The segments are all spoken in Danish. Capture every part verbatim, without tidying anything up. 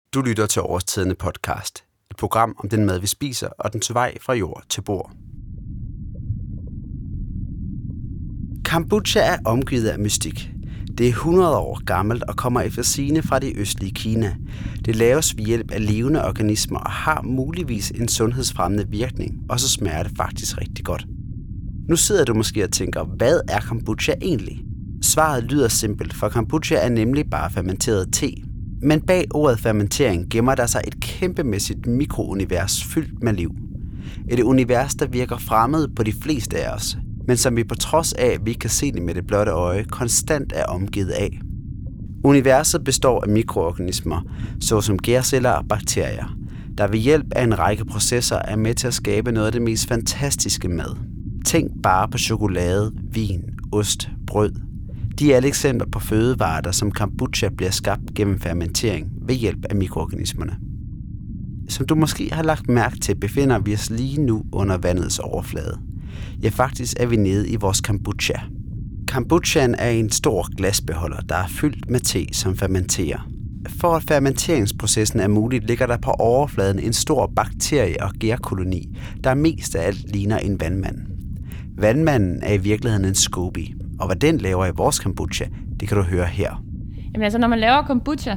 Du lytter til Årstiderne podcast, et program om den mad, vi spiser, og den vej fra jord til bord. Kombucha er omgivet af mystik. Det er hundrede år gammelt og kommer efter sigende fra det østlige Kina. Det laves ved hjælp af levende organismer og har muligvis en sundhedsfremmende virkning, og så smager det faktisk rigtig godt. Nu sidder du måske og tænker, hvad er kombucha egentlig? Svaret lyder simpelt, for kombucha er nemlig bare fermenteret te. Men bag ordet fermentering gemmer der sig et kæmpemæssigt mikrounivers fyldt med liv. Et univers, der virker fremmed på de fleste af os, men som vi på trods af, at vi ikke kan se det med det blotte øje, konstant er omgivet af. Universet består af mikroorganismer, såsom gærceller og bakterier, der ved hjælp af en række processer er med til at skabe noget af det mest fantastiske mad. Tænk bare på chokolade, vin, ost, brød. De er alle eksempler på fødevarer, der som kombucha bliver skabt gennem fermentering ved hjælp af mikroorganismerne. Som du måske har lagt mærke til, befinder vi os lige nu under vandets overflade. Ja, faktisk er vi nede i vores kombucha. Kombuchaen er en stor glasbeholder, der er fyldt med te, som fermenterer. For at fermenteringsprocessen er mulig, ligger der på overfladen en stor bakterie- og gærkoloni, der mest af alt ligner en vandmand. Vandmanden er i virkeligheden en SCOBY, og hvad den laver i vores kombucha, det kan du høre her. Jamen altså, når man laver kombucha,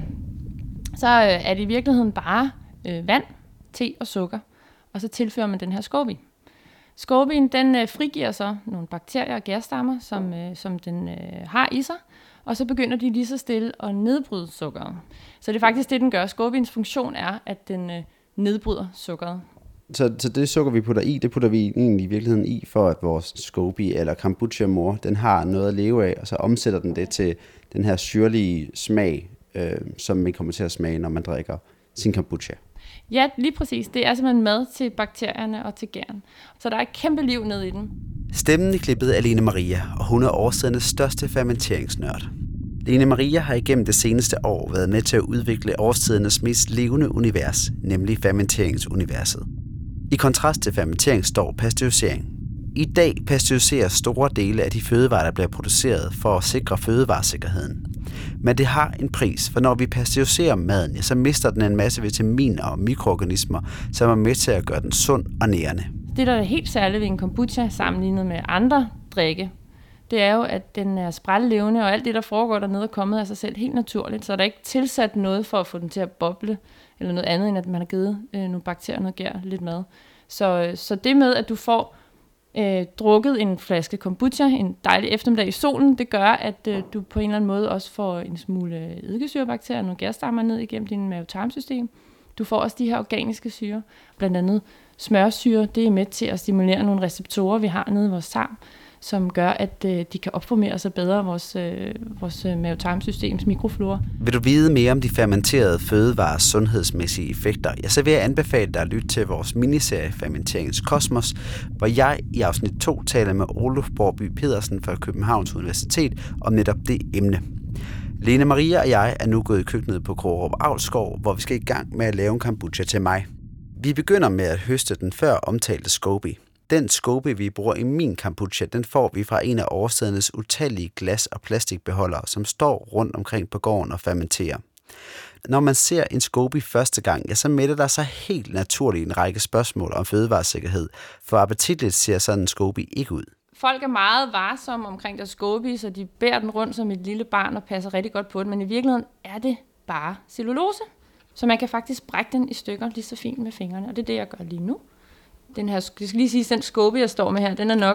så er det i virkeligheden bare øh, vand, te og sukker, og så tilfører man den her SCOBY. SCOBY'en, den øh, frigiver så nogle bakterier og gærstammer, som, øh, som den øh, har i sig, og så begynder de lige så stille at nedbryde sukkeret. Så det er faktisk det, den gør. SCOBY'ens funktion er, at den øh, nedbryder sukkeret. Så, så det sukker, vi putter i, det putter vi egentlig i virkeligheden i, for at vores SCOBY eller kombucha-mor, den har noget at leve af, og så omsætter den det til den her syrlige smag, øh, som vi kommer til at smage, når man drikker sin kombucha. Ja, lige præcis. Det er simpelthen mad til bakterierne og til gæren. Så der er et kæmpe liv nede i den. Stemmen i klippet er Lene Maria, og hun er årstidernes største fermenteringsnørd. Lene Maria har igennem det seneste år været med til at udvikle årstidernes mest levende univers, nemlig fermenteringsuniverset. I kontrast til fermentering står pasteurisering. I dag pasteuriseres store dele af de fødevarer, der bliver produceret for at sikre fødevaresikkerheden. Men det har en pris, for når vi pasteuriserer maden, så mister den en masse vitaminer og mikroorganismer, som er med til at gøre den sund og nærende. Det, der er helt særligt ved en kombucha sammenlignet med andre drikke, det er jo, at den er sprællevende, og alt det, der foregår dernede, er kommet af sig selv helt naturligt. Så er der ikke tilsat noget for at få den til at boble, eller noget andet, end at man har givet øh, nogle bakterier noget gær, lidt mad. Så, så det med, at du får øh, drukket en flaske kombucha en dejlig eftermiddag i solen, det gør, at øh, du på en eller anden måde også får en smule eddikesyrebakterier og nogle gærstammer ned igennem din mave-tarmsystem. Du får også de her organiske syre, blandt andet smørsyre. Det er med til at stimulere nogle receptorer, vi har nede i vores tarm, som gør, at øh, de kan opformere sig bedre vores, øh, vores øh, mave-tarmsystems mikroflora. Vil du vide mere om de fermenterede fødevarers sundhedsmæssige effekter, ja, så vil jeg anbefale dig at lytte til vores miniserie Fermenteringens Kosmos, hvor jeg i afsnit to taler med Olof Borby Pedersen fra Københavns Universitet om netop det emne. Lene Maria og jeg er nu gået i køkkenet på Krogerup Avlsgård, hvor vi skal i gang med at lave en kombucha til mig. Vi begynder med at høste den før omtalte SCOBY. Den SCOBY, vi bruger i min kombucha, den får vi fra en af årstidernes utallige glas- og plastikbeholdere, som står rundt omkring på gården og fermenterer. Når man ser en SCOBY første gang, ja, så melder der sig helt naturligt en række spørgsmål om fødevaresikkerhed, for appetitligt ser sådan en SCOBY ikke ud. Folk er meget varsomme omkring deres SCOBY, så de bærer den rundt som et lille barn og passer rigtig godt på den, men i virkeligheden er det bare cellulose, så man kan faktisk brække den i stykker lige så fint med fingrene, og det er det, jeg gør lige nu. Den her, jeg skal lige sige, den SCOBY, jeg står med her, den er nok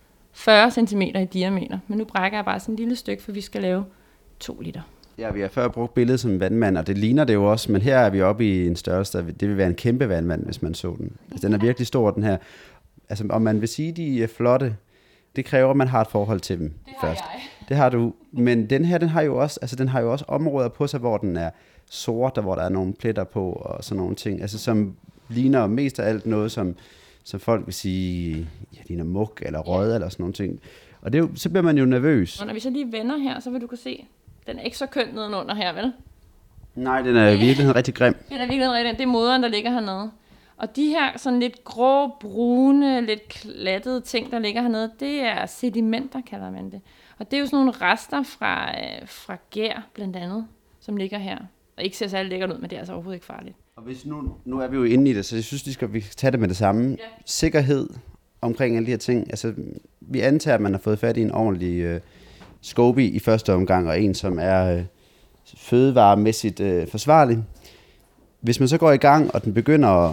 fyrre centimeter i diameter. Men nu brækker jeg bare sådan en lille stykke, for vi skal lave to liter. Ja, vi har før brugt billedet som vandmand, og det ligner det jo også, men her er vi oppe i en størrelse, det vil være en kæmpe vandmand, hvis man så den. Altså, den er virkelig stor, den her. Altså, om man vil sige, de er flotte, det kræver, at man har et forhold til dem det har først. Jeg. Det har du. Men den her, den har jo også, altså, den har jo også områder på sig, hvor den er sort, og hvor der er nogle pletter på, og sådan nogle ting. Altså, som ligner mest af alt noget, som, som folk vil sige, ja, ligner muk eller røde, eller sådan nogle ting. Og det er jo, så bliver man jo nervøs. Og når vi så lige vender her, så vil du kunne se, den er ikke så køn nedenunder her, vel? Nej, den er i virkeligheden rigtig grim. Den er virkelig rigtig. Det er moderen, der ligger hernede. Og de her sådan lidt grå, brune, lidt klattede ting, der ligger hernede, det er sedimenter, kalder man det. Og det er jo sådan nogle rester fra, øh, fra gær, blandt andet, som ligger her. og ikke ser særlig lækkert ud, men det er altså overhovedet ikke farligt. Og hvis nu, nu er vi jo inde i det, så jeg synes, vi skal vi tage det med det samme. Ja. Sikkerhed omkring alle de her ting. Altså, vi antager, at man har fået fat i en ordentlig øh, Scoby i første omgang, og en, som er øh, fødevaremæssigt øh, forsvarlig. Hvis man så går i gang, og den begynder at,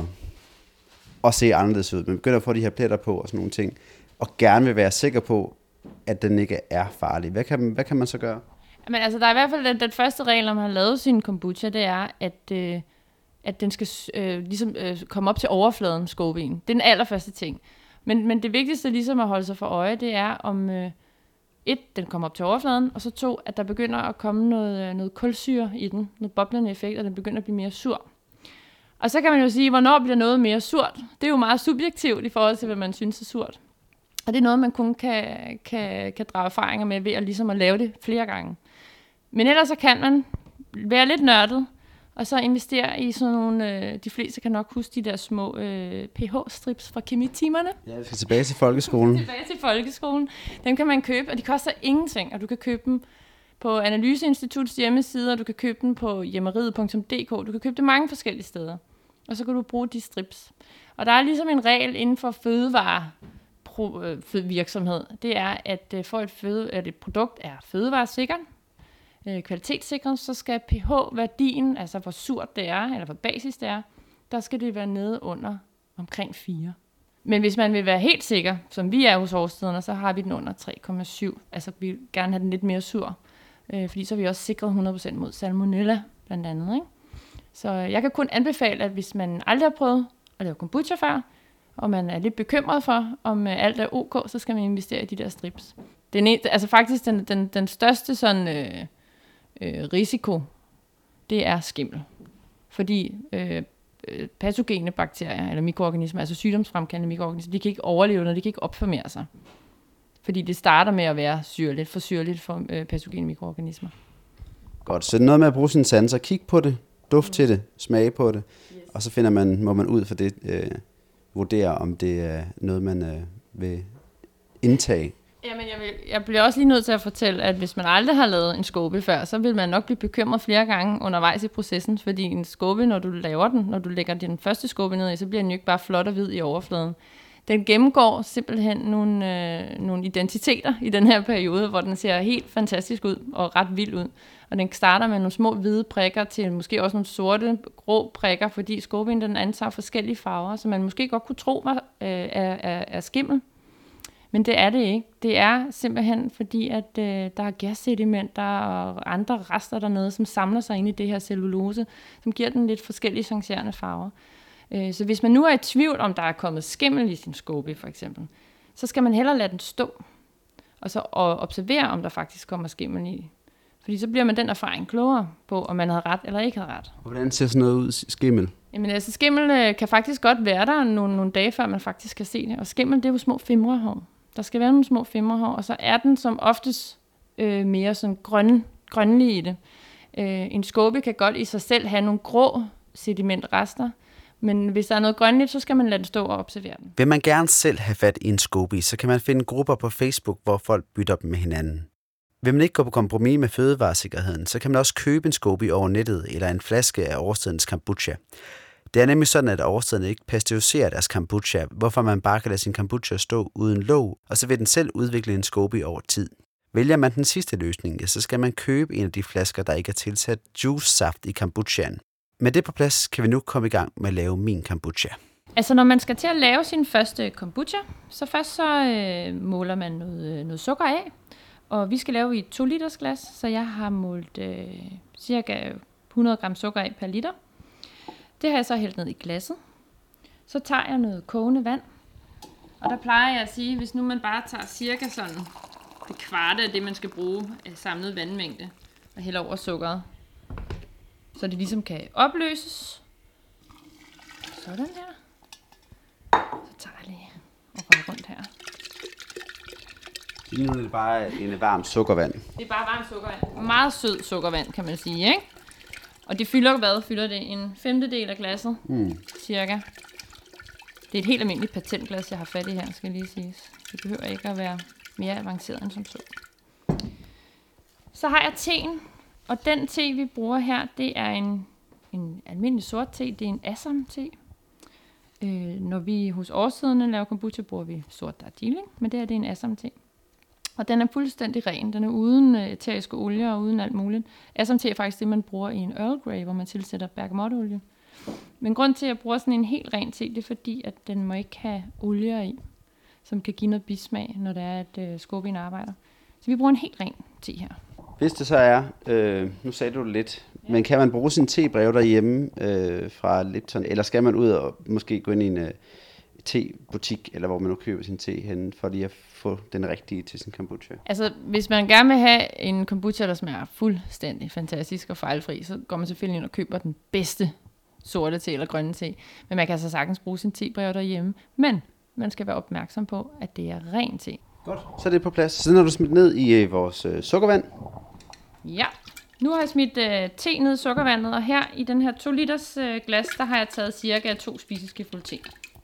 at se anderledes ud, man begynder at få de her pletter på og sådan nogle ting, og gerne vil være sikker på, at den ikke er farlig. Hvad kan, hvad kan man så gøre? Men altså, der er i hvert fald den, den første regel, når man har lavet sin kombucha, det er, at, øh, at den skal øh, ligesom, øh, komme op til overfladen, Scobyen. Det er den allerførste ting. Men, men det vigtigste ligesom at holde sig for øje, det er om, øh, et, den kommer op til overfladen, og så to, at der begynder at komme noget, noget kulsyre i den, noget boblende effekt, og den begynder at blive mere sur. Og så kan man jo sige, hvornår bliver noget mere surt? Det er jo meget subjektivt i forhold til, hvad man synes er surt. Og det er noget, man kun kan, kan, kan drage erfaringer med ved at, ligesom at lave det flere gange. Men ellers så kan man være lidt nørdet, og så investere i sådan nogle, øh, de fleste kan nok huske de der små øh, pH-strips fra kemitimerne. Ja, vi skal tilbage til folkeskolen. tilbage til folkeskolen. Dem kan man købe, og de koster ingenting, og du kan købe dem på Analyseinstituttets hjemmeside, og du kan købe dem på hjemmeriet punktum d k. Du kan købe dem mange forskellige steder, og så kan du bruge de strips. Og der er ligesom en regel inden for fødevare virksomhed, det er, at for et, føde, at et produkt er fødevaresikkert, øh, kvalitetssikret, så skal pH-værdien, altså hvor surt det er, eller hvor basis det er, der skal det være nede under omkring fire. Men hvis man vil være helt sikker, som vi er hos Årstiderne, så har vi den under tre komma syv. Altså vi vil gerne have den lidt mere sur, øh, fordi så er vi også sikret hundrede procent mod salmonella, blandt andet. Ikke? Så jeg kan kun anbefale, at hvis man aldrig har prøvet at lave kombucha før, og man er lidt bekymret for, om alt er ok, så skal man investere i de der strips. Den er, altså faktisk den, den, den største sådan, øh, øh, risiko, det er skimmel. Fordi øh, patogene bakterier, eller mikroorganismer, altså sygdomsfremkaldende mikroorganismer, de kan ikke overleve, når de kan ikke opformere sig. Fordi det starter med at være syrligt, for syrligt for øh, patogene mikroorganismer. Godt, så det er noget med at bruge sine sanser. Kig på det, duft mm. til det, smage på det, yes. Og så finder man, må man ud for det... Øh, vurdere, om det er noget, man øh, vil indtage. Jamen, jeg, vil, jeg bliver også lige nødt til at fortælle, at hvis man aldrig har lavet en Scoby før, så vil man nok blive bekymret flere gange undervejs i processen, fordi en Scoby, når du laver den, når du lægger den første Scoby ned i, så bliver den jo ikke bare flot og hvid i overfladen. Den gennemgår simpelthen nogle, øh, nogle identiteter i den her periode, hvor den ser helt fantastisk ud og ret vild ud. Og den starter med nogle små hvide prikker til måske også nogle sorte, grå prikker, fordi Scobyen den antager forskellige farver, så man måske godt kunne tro var, øh, er, er, er skimmel. Men det er det ikke. Det er simpelthen fordi, at øh, der er gassedimenter og andre rester dernede, som samler sig ind i det her cellulose, som giver den lidt forskellige changerende farver. Øh, så hvis man nu er i tvivl, om der er kommet skimmel i sin Scoby for eksempel, så skal man hellere lade den stå, og så og observere, om der faktisk kommer skimmel i. Fordi så bliver man den erfaring klogere på, om man havde ret eller ikke havde ret. Hvordan ser sådan noget ud, skimmel? Jamen altså, skimmel øh, kan faktisk godt være der nogle, nogle dage, før man faktisk kan se det. Og skimmel, det er jo små fimrehår. Der skal være nogle små fimrehår, og så er den som oftest øh, mere sådan grøn, grønlig i det. Øh, en Scoby kan godt i sig selv have nogle grå sedimentrester, men hvis der er noget grønligt, så skal man lade den stå og observere den. Vil man gerne selv have fat i en Scoby, så kan man finde grupper på Facebook, hvor folk bytter dem med hinanden. Vil man ikke gå på kompromis med fødevaresikkerheden, så kan man også købe en Scoby over nettet eller en flaske af Årstidens kombucha. Det er nemlig sådan, at Årstiderne ikke pasteuriserer deres kombucha, hvorfor man bare kan lade sin kombucha stå uden låg, og så vil den selv udvikle en Scoby over tid. Vælger man den sidste løsning, ja, så skal man købe en af de flasker, der ikke er tilsat juice-saft i kombuchaen. Med det på plads kan vi nu komme i gang med at lave min kombucha. Altså når man skal til at lave sin første kombucha, så først så øh, måler man noget, noget sukker af. Og vi skal lave i et to liters glas, så jeg har målt øh, cirka hundrede gram sukker af per liter. Det har jeg så hældt ned i glasset. Så tager jeg noget kogende vand. Og der plejer jeg at sige, hvis nu man bare tager cirka sådan det kvarte af det, man skal bruge af samlet vandmængde, og hælder over sukkeret, så det ligesom kan opløses. Sådan der. Så tager jeg lige og rører rundt her. Nu er det bare en varm sukkervand. Det er bare varmt sukkervand. Meget sød sukkervand, kan man sige, ikke? Og det fylder hvad? Fylder det en femtedel af glasset, mm. cirka. Det er et helt almindeligt patentglas, jeg har fat i her, skal lige siges. Det behøver ikke at være mere avanceret end som så. Så har jeg teen. Og den te, vi bruger her, det er en, en almindelig sort te. Det er en Assam-te. Øh, når vi hos årsiderne laver kombucha, bruger vi sort Darjeeling, men det her det er en Assam-te. Og den er fuldstændig ren. Den er uden æteriske olier og uden alt muligt. Assam-te er faktisk det, man bruger i en Earl Grey, hvor man tilsætter bergamotteolie. Men grund til, at jeg bruger sådan en helt ren te, det er fordi, at den må ikke have olier i, som kan give noget bismag, når det er, at øh, skorpien arbejder. Så vi bruger en helt ren te her. Hvis det så er, øh, nu sagde du det lidt, ja. Men kan man bruge sin tebrev derhjemme øh, fra Lipton, eller skal man ud og måske gå ind i en øh, tebutik, eller hvor man nu køber sin te henne, for lige at få den rigtige til sin kombucha? Altså, hvis man gerne vil have en kombucha, der smager fuldstændig fantastisk og fejlfri, så går man selvfølgelig ind og køber den bedste sorte te eller grønne te. Men man kan altså sagtens bruge sin tebrev derhjemme. Men man skal være opmærksom på, at det er ren te. Godt, så er det på plads. Så den har du smidt ned i øh, vores øh, sukkervand. Ja, nu har jeg smidt øh, te ned i sukkervandet, og her i den her to liters øh, glas, der har jeg taget cirka to spiseskefulde te.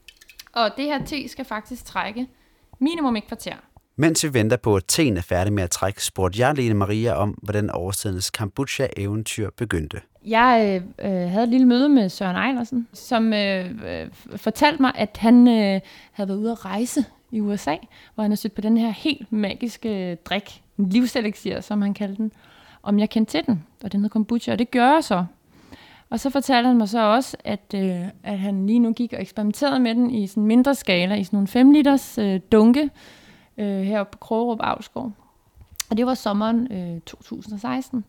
Og det her te skal faktisk trække minimum et kvarter. Mens vi venter på, at teen er færdig med at trække, spurgte jeg Lene Maria om, hvordan årstidens kombucha-eventyr begyndte. Jeg øh, havde et lille møde med Søren Eilersen, som øh, øh, fortalte mig, at han øh, havde været ude at rejse i U S A, hvor han havde stødt på den her helt magiske drik, en livseliksir, som han kaldte den, om jeg kendte til den, og den hed kombucha, og det gør jeg så. Og så fortalte han mig så også, at, øh, at han lige nu gik og eksperimenterede med den i sådan mindre skala, i sådan nogle fem liters øh, dunke, øh, heroppe på Krogerup Avlsgård. Og det var sommeren øh, to tusind og seksten.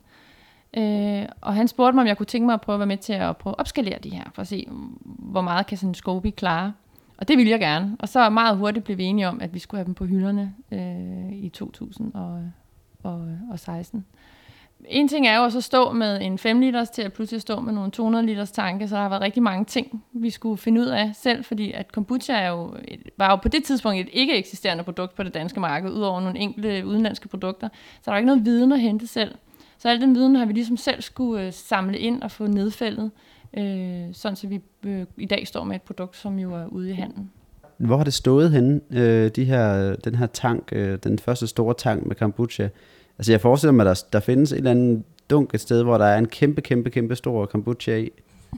Øh, og han spurgte mig, om jeg kunne tænke mig at prøve at være med til at prøve at opskalere de her, for at se, hvor meget kan sådan en skorpie klare. Og det ville jeg gerne. Og så meget hurtigt blev vi enige om, at vi skulle have dem på hylderne øh, i to tusind og seksten. En ting er jo at så stå med en fem liters til at pludselig stå med nogle to hundrede liters tanke, så der har været rigtig mange ting, vi skulle finde ud af selv, fordi at kombucha er jo, var jo på det tidspunkt et ikke eksisterende produkt på det danske marked, udover nogle enkelte udenlandske produkter, så der var ikke noget viden at hente selv. Så al den viden har vi ligesom selv skulle øh, samle ind og få nedfældet, øh, sådan så vi øh, i dag står med et produkt, som jo er ude i handlen. Hvor har det stået henne, øh, de her, den her tank, øh, den første store tank med kombucha? Altså jeg forestiller mig, at der, der findes et eller andet dunk et sted, hvor der er en kæmpe, kæmpe, kæmpe stor kombucha i.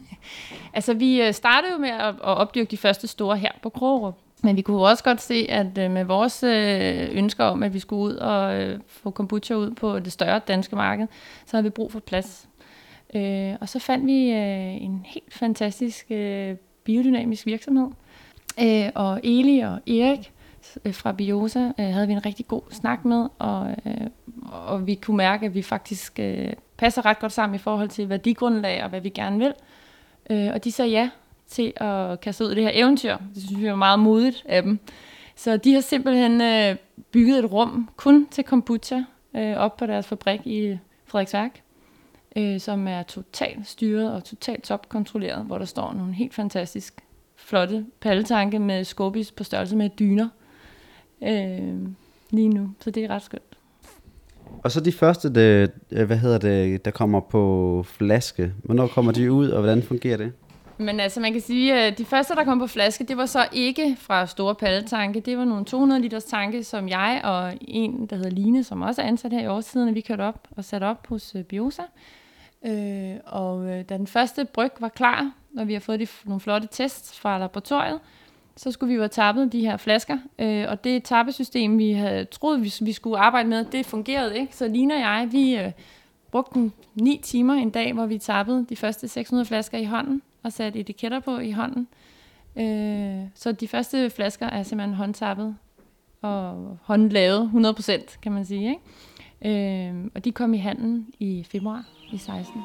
Altså vi startede jo med at, at opdyrke de første store her på Krogerup. Men vi kunne også godt se, at med vores ønsker om, at vi skulle ud og få kombucha ud på det større danske marked, så havde vi brug for plads. Og så fandt vi en helt fantastisk biodynamisk virksomhed. Og Eli og Erik fra Biosa havde vi en rigtig god snak med, og, og vi kunne mærke, at vi faktisk passer ret godt sammen i forhold til værdigrundlag og hvad vi gerne vil. Og de sagde ja til at kaste ud i det her eventyr. Det synes vi var meget modigt af dem. Så de har simpelthen øh, bygget et rum kun til kombucha øh, op på deres fabrik i Frederiksværk, øh, som er totalt styret og totalt topkontrolleret, hvor der står nogle helt fantastisk flotte palletanke med skorpies på størrelse med dyner øh, lige nu. Så det er ret skønt. Og så de første, det, hvad hedder det, der kommer på flaske. Hvornår kommer de ud, og hvordan fungerer det? Men altså man kan sige, at de første, der kom på flaske, det var så ikke fra store palletanke. Det var nogle to hundrede liters tanke, som jeg og en, der hedder Line, som også er ansat her i årstiden, vi kørte op og satte op hos Biosa. Øh, og øh, da den første bryg var klar, og vi har fået de, nogle flotte tests fra laboratoriet, så skulle vi jo have tappet de her flasker. Øh, og det tappesystem, vi havde troet, vi, vi skulle arbejde med, det fungerede ikke. Så Line og jeg, vi øh, brugte ni timer en dag, hvor vi tappede de første seks hundrede flasker i hånden og satte etiketter på i hånden. Øh, så de første flasker er simpelthen håndtappet og håndlavet hundrede procent, kan man sige. Ikke? Øh, og de kom i handlen i februar i seksten.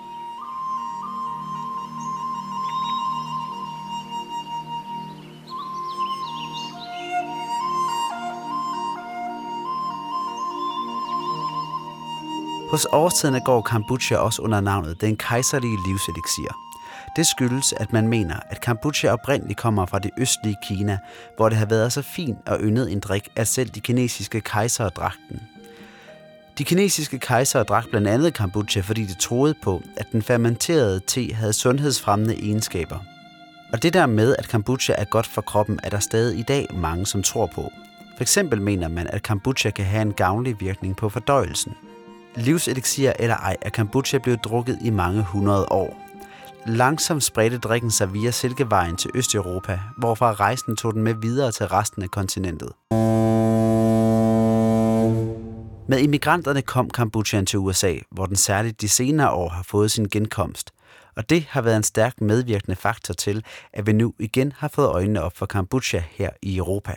Hos årstiderne går kombucha også under navnet den kejserlige livseliksir. Det skyldes, at man mener, at kombucha oprindeligt kommer fra det østlige Kina, hvor det har været så fint og yndet en drik, at selv de kinesiske kejsere drak den. De kinesiske kejsere drak blandt andet kombucha, fordi de troede på, at den fermenterede te havde sundhedsfremmende egenskaber. Og det der med, at kombucha er godt for kroppen, er der stadig i dag mange, som tror på. For eksempel mener man, at kombucha kan have en gavnlig virkning på fordøjelsen. Livselixier eller ej er kombucha blevet drukket i mange hundrede år. Langsomt spredte drikken sig via Silkevejen til Østeuropa, hvorfra rejsen tog den med videre til resten af kontinentet. Med immigranterne kom kombuchaen til U S A, hvor den særligt de senere år har fået sin genkomst. Og det har været en stærk medvirkende faktor til, at vi nu igen har fået øjnene op for kombucha her i Europa.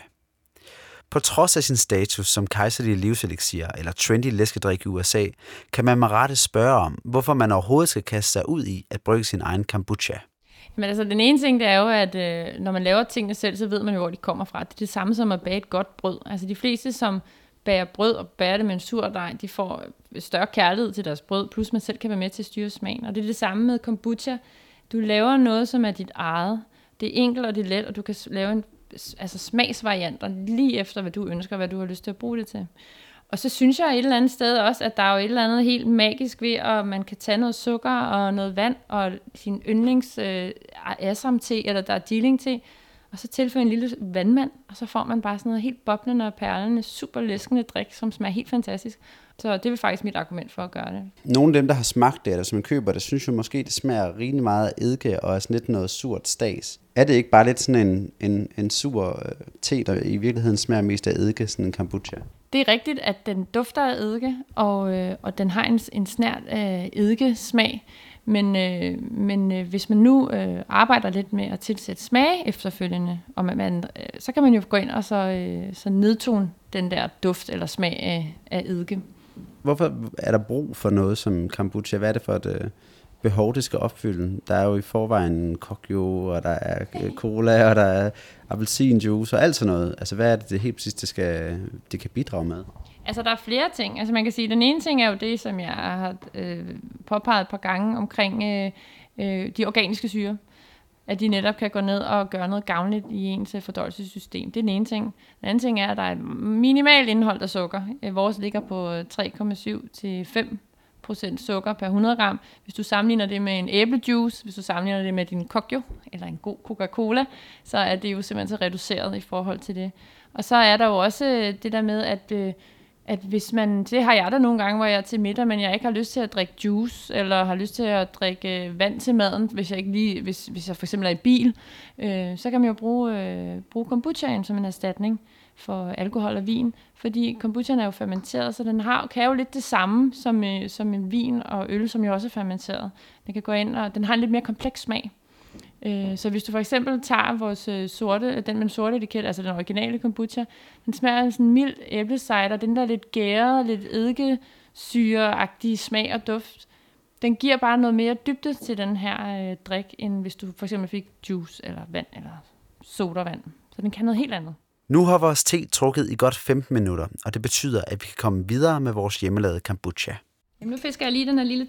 På trods af sin status som kejserlige livselixier eller trendy læskedrik i U S A, kan man med rette spørge om, hvorfor man overhovedet skal kaste sig ud i at brygge sin egen kombucha. Men altså, den ene ting, det er jo, at øh, når man laver tingene selv, så ved man jo, hvor de kommer fra. Det er det samme som at bage et godt brød. Altså de fleste, som bager brød og bager det med en surdej, de får større kærlighed til deres brød, plus man selv kan være med til at styre smagen. Og det er det samme med kombucha. Du laver noget, som er dit eget. Det er enkelt og det er let, og du kan lave en altså smagsvarianter lige efter, hvad du ønsker, hvad du har lyst til at bruge det til. Og så synes jeg et eller andet sted også, at der er jo et eller andet helt magisk ved, at man kan tage noget sukker og noget vand og sin yndlings øh, asam-te eller Darjeeling-te, og så tilføje en lille vandmand, og så får man bare sådan noget helt boblende og perlende, super læskende drik, som smager helt fantastisk. Så det er faktisk mit argument for at gøre det. Nogle af dem, der har smagt det, eller som man køber det, synes jo måske, det smager rigtig meget af eddike og er sådan lidt noget surt stas. Er det ikke bare lidt sådan en, en, en sur te, der i virkeligheden smager mest af eddike, sådan en kombucha? Det er rigtigt, at den dufter af eddike, og, øh, og den har en, en snert af eddike-smag. Men, øh, men øh, hvis man nu øh, arbejder lidt med at tilsætte smage efterfølgende, og man, man, øh, så kan man jo gå ind og så, øh, så nedtone den der duft eller smag af, af eddike. Hvorfor er der brug for noget som kombucha? Hvad er det for et øh, behov, det skal opfylde? Der er jo i forvejen kokjo, og der er cola, og der er appelsinjuice og alt sådan noget. Altså hvad er det, det helt præcis, det, skal, det kan bidrage med? Altså, der er flere ting. Altså, man kan sige, at den ene ting er jo det, som jeg har øh, påpeget et par gange omkring øh, øh, de organiske syre. At de netop kan gå ned og gøre noget gavnligt i ens fordøjelsessystem. Det er den ene ting. Den anden ting er, at der er et minimalt indhold af sukker. Vores ligger på tre komma syv til fem procent sukker per hundrede gram. Hvis du sammenligner det med en æblejuice, hvis du sammenligner det med din kokjo, eller en god Coca-Cola, så er det jo simpelthen så reduceret i forhold til det. Og så er der jo også det der med, at øh, at hvis man, det har jeg da nogle gange, hvor jeg er til middag, men jeg ikke har lyst til at drikke juice, eller har lyst til at drikke vand til maden, hvis jeg, ikke lige, hvis, hvis jeg for eksempel er i bil, øh, så kan man jo bruge, øh, bruge kombuchaen som en erstatning for alkohol og vin, fordi kombuchaen er jo fermenteret, så den har, kan jo lidt det samme som, øh, som en vin og øl, som jo også er fermenteret. Den kan gå ind, og den har en lidt mere kompleks smag. Så hvis du for eksempel tager vores sorte, den med den sorte etiket, altså den originale kombucha, den smager sådan en mild æblecider, den der lidt gæret, lidt eddikesyreagtige smag og duft, den giver bare noget mere dybde til den her øh, drik, end hvis du for eksempel fik juice eller vand eller sodavand. Så den kan noget helt andet. Nu har vores te trukket i godt femten minutter, og det betyder, at vi kan komme videre med vores hjemmelavede kombucha. Jamen, nu fisker jeg lige den her lille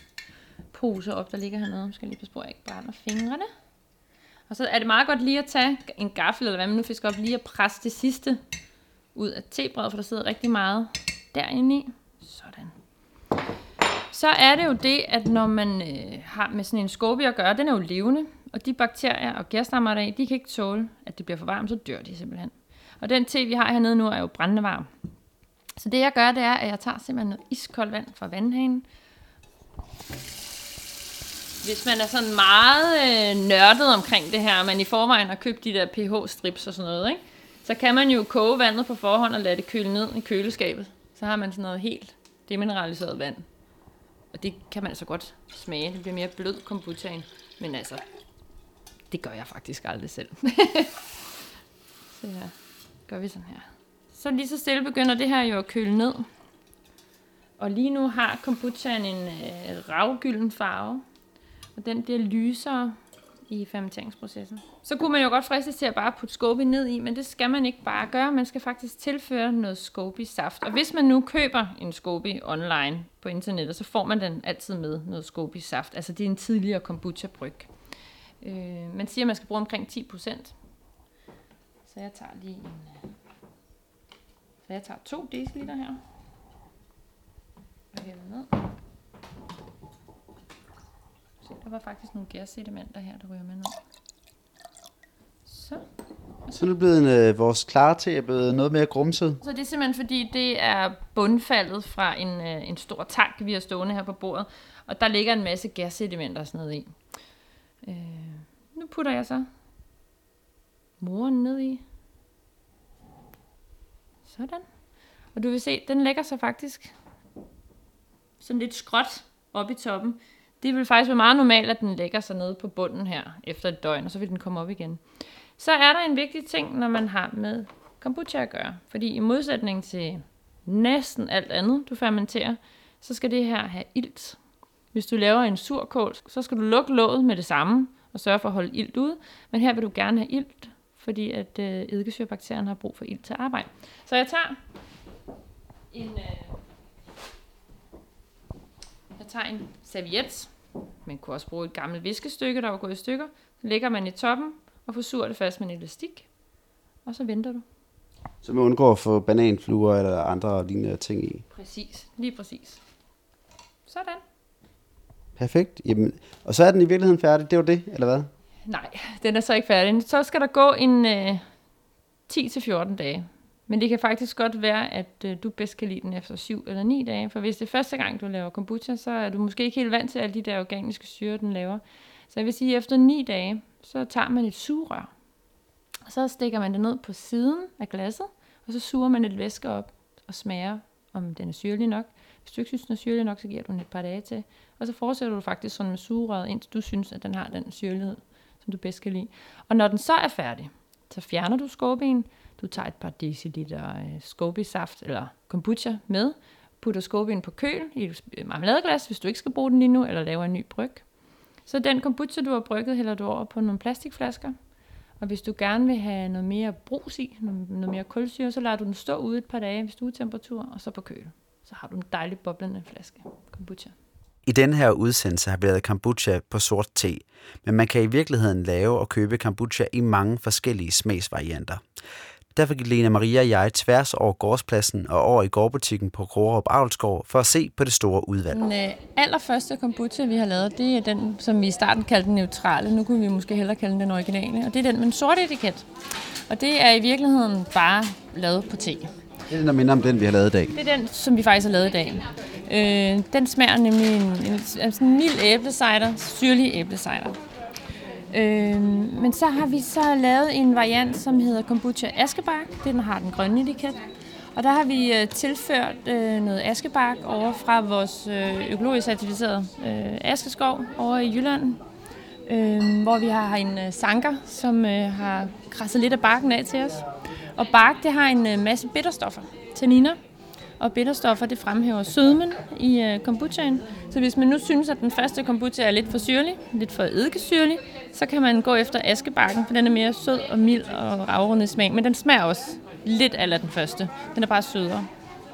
te-pose op, der ligger hernede. Nu skal jeg lige passe på, at jeg ikke brænder fingrene. Og så er det meget godt lige at tage en gaffel, eller hvad man nu fisker op, lige at presse det sidste ud af tebrødet, for der sidder rigtig meget derinde i. Sådan. Så er det jo det, at når man øh, har med sådan en scoby at gøre, den er jo levende, og de bakterier og gærstammer deri, de kan ikke tåle, at det bliver for varmt, så dør de simpelthen. Og den te, vi har hernede nu, er jo brændende varm. Så det jeg gør, det er, at jeg tager simpelthen noget iskoldt vand fra vandhanen. Hvis man er sådan meget øh, nørdet omkring det her, og man i forvejen har købt de der pH-strips og sådan noget, ikke? Så kan man jo koge vandet på forhånd og lade det køle ned i køleskabet. Så har man sådan noget helt demineraliseret vand. Og det kan man altså godt smage. Det bliver mere blød kombuchaen. Men altså, det gør jeg faktisk aldrig selv. Så her gør vi sådan her. Så lige så stille begynder det her jo at køle ned. Og lige nu har kombuchaen en øh, ravgylden farve. Og den bliver lysere i fermenteringsprocessen. Så kunne man jo godt fristes til at bare putte scoby ned i, men det skal man ikke bare gøre. Man skal faktisk tilføre noget scoby-saft. Og hvis man nu køber en scoby online på internettet, så får man den altid med noget scoby-saft. Altså det er en tidligere kombucha-bryg. Øh, man siger, at man skal bruge omkring ti procent. Så jeg tager lige en... Så jeg tager to deciliter her. Og hælder ned. Se, der var faktisk nogle gærsedimenter her, der ryger med ned. Så. Så er det blevet en, øh, vores klare te er blevet noget mere grumset. Så det er simpelthen fordi, det er bundfaldet fra en, øh, en stor tank, vi har stående her på bordet. Og der ligger en masse gassedimenter og sådan noget i. Øh, nu putter jeg så moren ned i. Sådan. Og du vil se, den lægger sig faktisk sådan lidt skråt op i toppen. Det vil faktisk være meget normalt, at den lægger sig nede på bunden her efter et døgn, og så vil den komme op igen. Så er der en vigtig ting, når man har med kombucha at gøre. Fordi i modsætning til næsten alt andet, du fermenterer, så skal det her have ilt. Hvis du laver en surkål, så skal du lukke låget med det samme og sørge for at holde ilt ude. Men her vil du gerne have ilt, fordi at øh, eddikesyrebakterien har brug for ilt til at arbejde. Så jeg tager en, øh, jeg tager en serviet. Man kunne også bruge et gammelt viskestykke, der var gået i stykker. Så lægger man i toppen og forsurer det fast med en elastik. Og så venter du. Så man undgår at få bananfluer eller andre lignende ting i. Præcis, lige præcis. Sådan. Perfekt. Jamen, og så er den i virkeligheden færdig, det var det, eller hvad? Nej, den er så ikke færdig. Så skal der gå en øh, ti til fjorten dage. Men det kan faktisk godt være, at øh, du bedst kan lide den efter syv eller ni dage. For hvis det er første gang, du laver kombucha, så er du måske ikke helt vant til alle de der organiske syre, den laver. Så jeg vil sige, at efter ni dage, så tager man et sugerør. Og så stikker man det ned på siden af glasset, og så suger man lidt væske op og smager, om den er syrlig nok. Hvis du ikke synes, den er syrlig nok, så giver du den et par dage til. Og så fortsætter du faktisk sådan med sugerøret, indtil du synes, at den har den syrlighed, som du bedst kan lide. Og når den så er færdig, så fjerner du scorbien. Du tager et par deciliter scorbiesaft eller kombucha med, putter scorbien på køl i et marmeladeglas, hvis du ikke skal bruge den lige nu, eller laver en ny bryg. Så den kombucha, du har brygget, hælder du over på nogle plastikflasker. Og hvis du gerne vil have noget mere brus i, noget mere kulsyre, så lader du den stå ude et par dage ved stuetemperatur, og så på køl. Så har du en dejlig boblende flaske kombucha. I denne her udsendelse har vi lavet kombucha på sort te, men man kan i virkeligheden lave og købe kombucha i mange forskellige smagsvarianter. Derfor gik Lena Maria og jeg tværs over gårdspladsen og over i gårdbutikken på Krogerup Avlsgård for at se på det store udvalg. Den øh, allerførste kombucha, vi har lavet, det er den, som vi i starten kaldte den neutrale. Nu kunne vi måske hellere kalde den originale. Og det er den med en sort etiket. Og det er i virkeligheden bare lavet på te. Det er den, der minder om den, vi har lavet i dag. Det er den, som vi faktisk har lavet i dag. Øh, den smager nemlig en, en, en sådan en mild æblecider, syrlig æblecider. Øh, men så har vi så lavet en variant, som hedder kombucha askebark. Den har den grønne etiket. Og der har vi øh, tilført øh, noget askebark over fra vores øh, økologisk certificerede øh, askeskov over i Jylland. Øh, hvor vi har en øh, sanker, som øh, har krasset lidt af barken af til os. Og bark, det har en øh, masse bitterstoffer, tanniner. Og bitterstoffer, det fremhæver sødmen i øh, kombuchaen. Så hvis man nu synes, at den første kombucha er lidt for syrlig, lidt for eddikesyrlig, så kan man gå efter askebarken, for den er mere sød og mild og afrundet smag. Men den smager også lidt af den første. Den er bare sødere.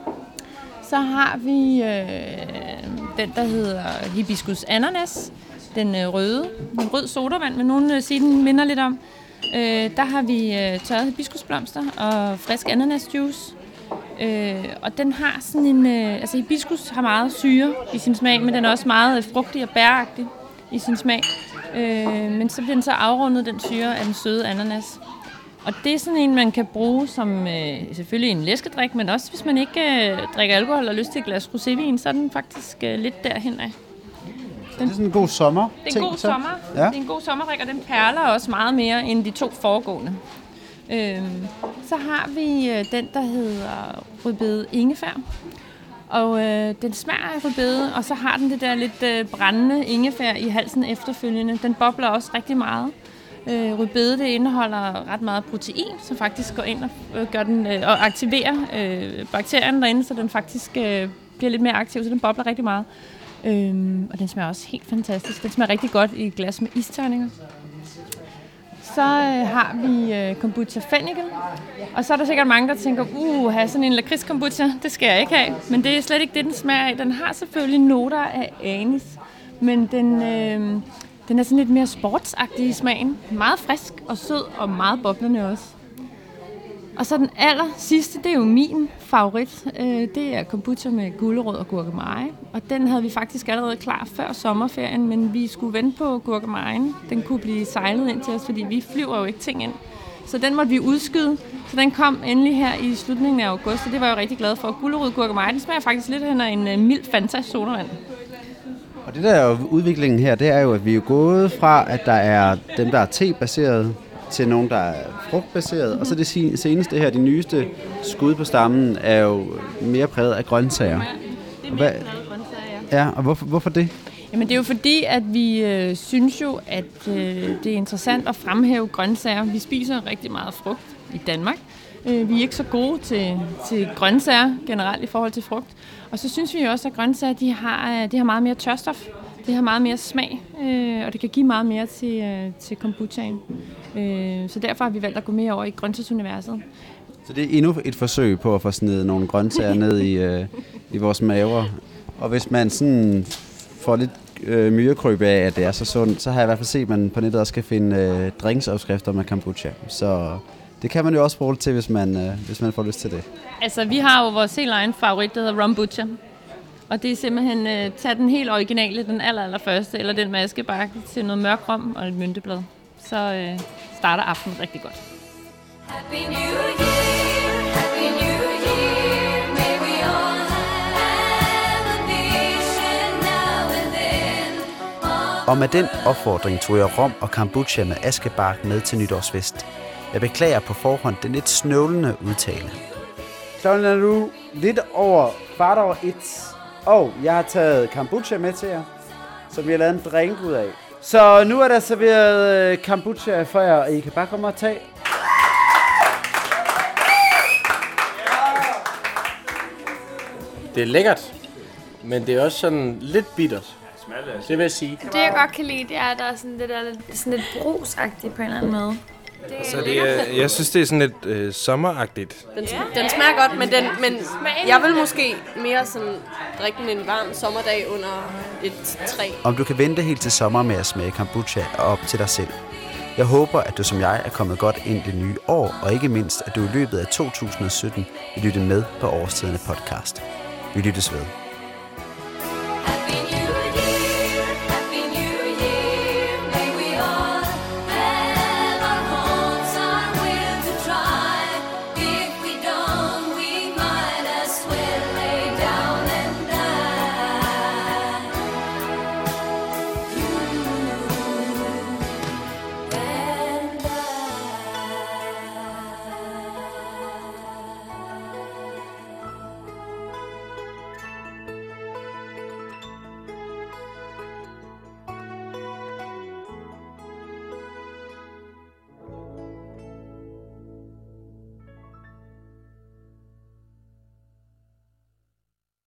Så har vi øh, den, der hedder hibiscus ananas. Den øh, røde, den rød sodavand, men nogen øh, siger, den minder lidt om. Øh, der har vi øh, tørret hibiskusblomster og frisk ananasjuice. Øh, og den har sådan en, øh, altså hibiskus har meget syre i sin smag, men den er også meget frugtig og bæragtig i sin smag. Øh, men så bliver den så afrundet, den syre af den søde ananas. Og det er sådan en, man kan bruge som øh, selvfølgelig en læskedrik, men også hvis man ikke øh, drikker alkohol og har lyst til et glas rosévin, så er den faktisk øh, lidt derhen af. Den, det er sådan en god sommer. Det er en god sommer. Ja. Det er en god sommerrik, og den perler også meget mere end de to foregående. Øhm, så har vi øh, den, der hedder rødbede ingefær. Og øh, den smager af rødbede, og så har den det der lidt øh, brændende ingefær i halsen efterfølgende. Den bobler også rigtig meget. Øh, rødbede, det indeholder ret meget protein, som faktisk går ind og, øh, gør den, øh, og aktiverer øh, bakterien derinde, så den faktisk øh, bliver lidt mere aktiv, så den bobler rigtig meget. Øhm, og den smager også helt fantastisk. Den smager rigtig godt i et glas med isterninger. Så øh, har vi øh, kombucha fennikel. Og så er der sikkert mange, der tænker, uh, have sådan en lakrids kombucha, det skal jeg ikke have. Men det er slet ikke det, den smager af. Den har selvfølgelig noter af anis, men den, øh, den er sådan lidt mere sportsagtig i smagen. Meget frisk og sød og meget boblende også. Og så den aller sidste, det er jo min favorit. Det er kombucha med gulerod og gurkemeje. Og den havde vi faktisk allerede klar før sommerferien, men vi skulle vente på gurkemejen. Den kunne blive sejlet ind til os, fordi vi flyver jo ikke ting ind. Så den måtte vi udskyde. Så den kom endelig her i slutningen af august, og det var jeg jo rigtig glad for. Gulerod, gurkemeje, den smager faktisk lidt hen af en uh, mild Fanta sodavand. Og det der er jo udviklingen her, det er jo, at vi er gået fra, at der er dem, der er te-baseret, til nogen, der er frugtbaseret. Mm-hmm. Og så det seneste her, de nyeste skud på stammen, er jo mere præget af grøntsager. Ja, det er mere præget af grøntsager, ja. Ja, og hvorfor, hvorfor det? Jamen det er jo fordi, at vi øh, synes jo, at øh, det er interessant at fremhæve grøntsager. Vi spiser rigtig meget frugt i Danmark. Øh, vi er ikke så gode til, til grøntsager generelt i forhold til frugt. Og så synes vi jo også, at grøntsager de har, de har meget mere tørstof. Det har meget mere smag, øh, og det kan give meget mere til, øh, til kombuchaen. Øh, så derfor har vi valgt at gå mere over i grøntsagsuniverset. Så det er endnu et forsøg på at få snedet nogle grøntsager ned i, øh, i vores maver. Og hvis man sådan får lidt øh, myrekryb af, at det er så sundt, så har jeg i hvert fald set, at man på nettet også kan finde øh, drinksopskrifter med kombucha. Så det kan man jo også bruge til, hvis man, øh, hvis man får lyst til det. Altså, vi har jo vores helt egen favorit, der hedder Rumbucha. Og det er simpelthen øh, tage den helt originale, den aller, aller første, eller den med askebakke til noget mørk rom og et mynteblad. Så øh, starter aftenen rigtig godt. Happy New Year, Happy New Year, may we all have a vision now and then. Og med den opfordring tog jeg rom og kombucha med askebark med til nytårsfest. Jeg beklager på forhånd den lidt snøvlende udtale. Klokken er nu lidt over kvart over et. Og jeg har taget kombucha med til jer, som vi har lavet en drink ud af. Så nu er der serveret kombucha for jer, og I kan bare komme og tage. Det er lækkert, men det er også sådan lidt bittert. Det vil jeg sige. Det jeg godt kan lide, det er, at der er sådan lidt, sådan lidt brusagtigt på en eller anden måde. Så det er, jeg synes, det er sådan lidt øh, sommeragtigt. Den, den smager godt, men, den, men jeg vil måske mere sådan drikke den en varm sommerdag under et træ. Om du kan vente helt til sommer med at smage kombucha og op til dig selv. Jeg håber, at du som jeg er kommet godt ind i det nye år, og ikke mindst, at du i løbet af to tusind og sytten vil lytte med på Årstiderne podcast. Vi lyttes ved.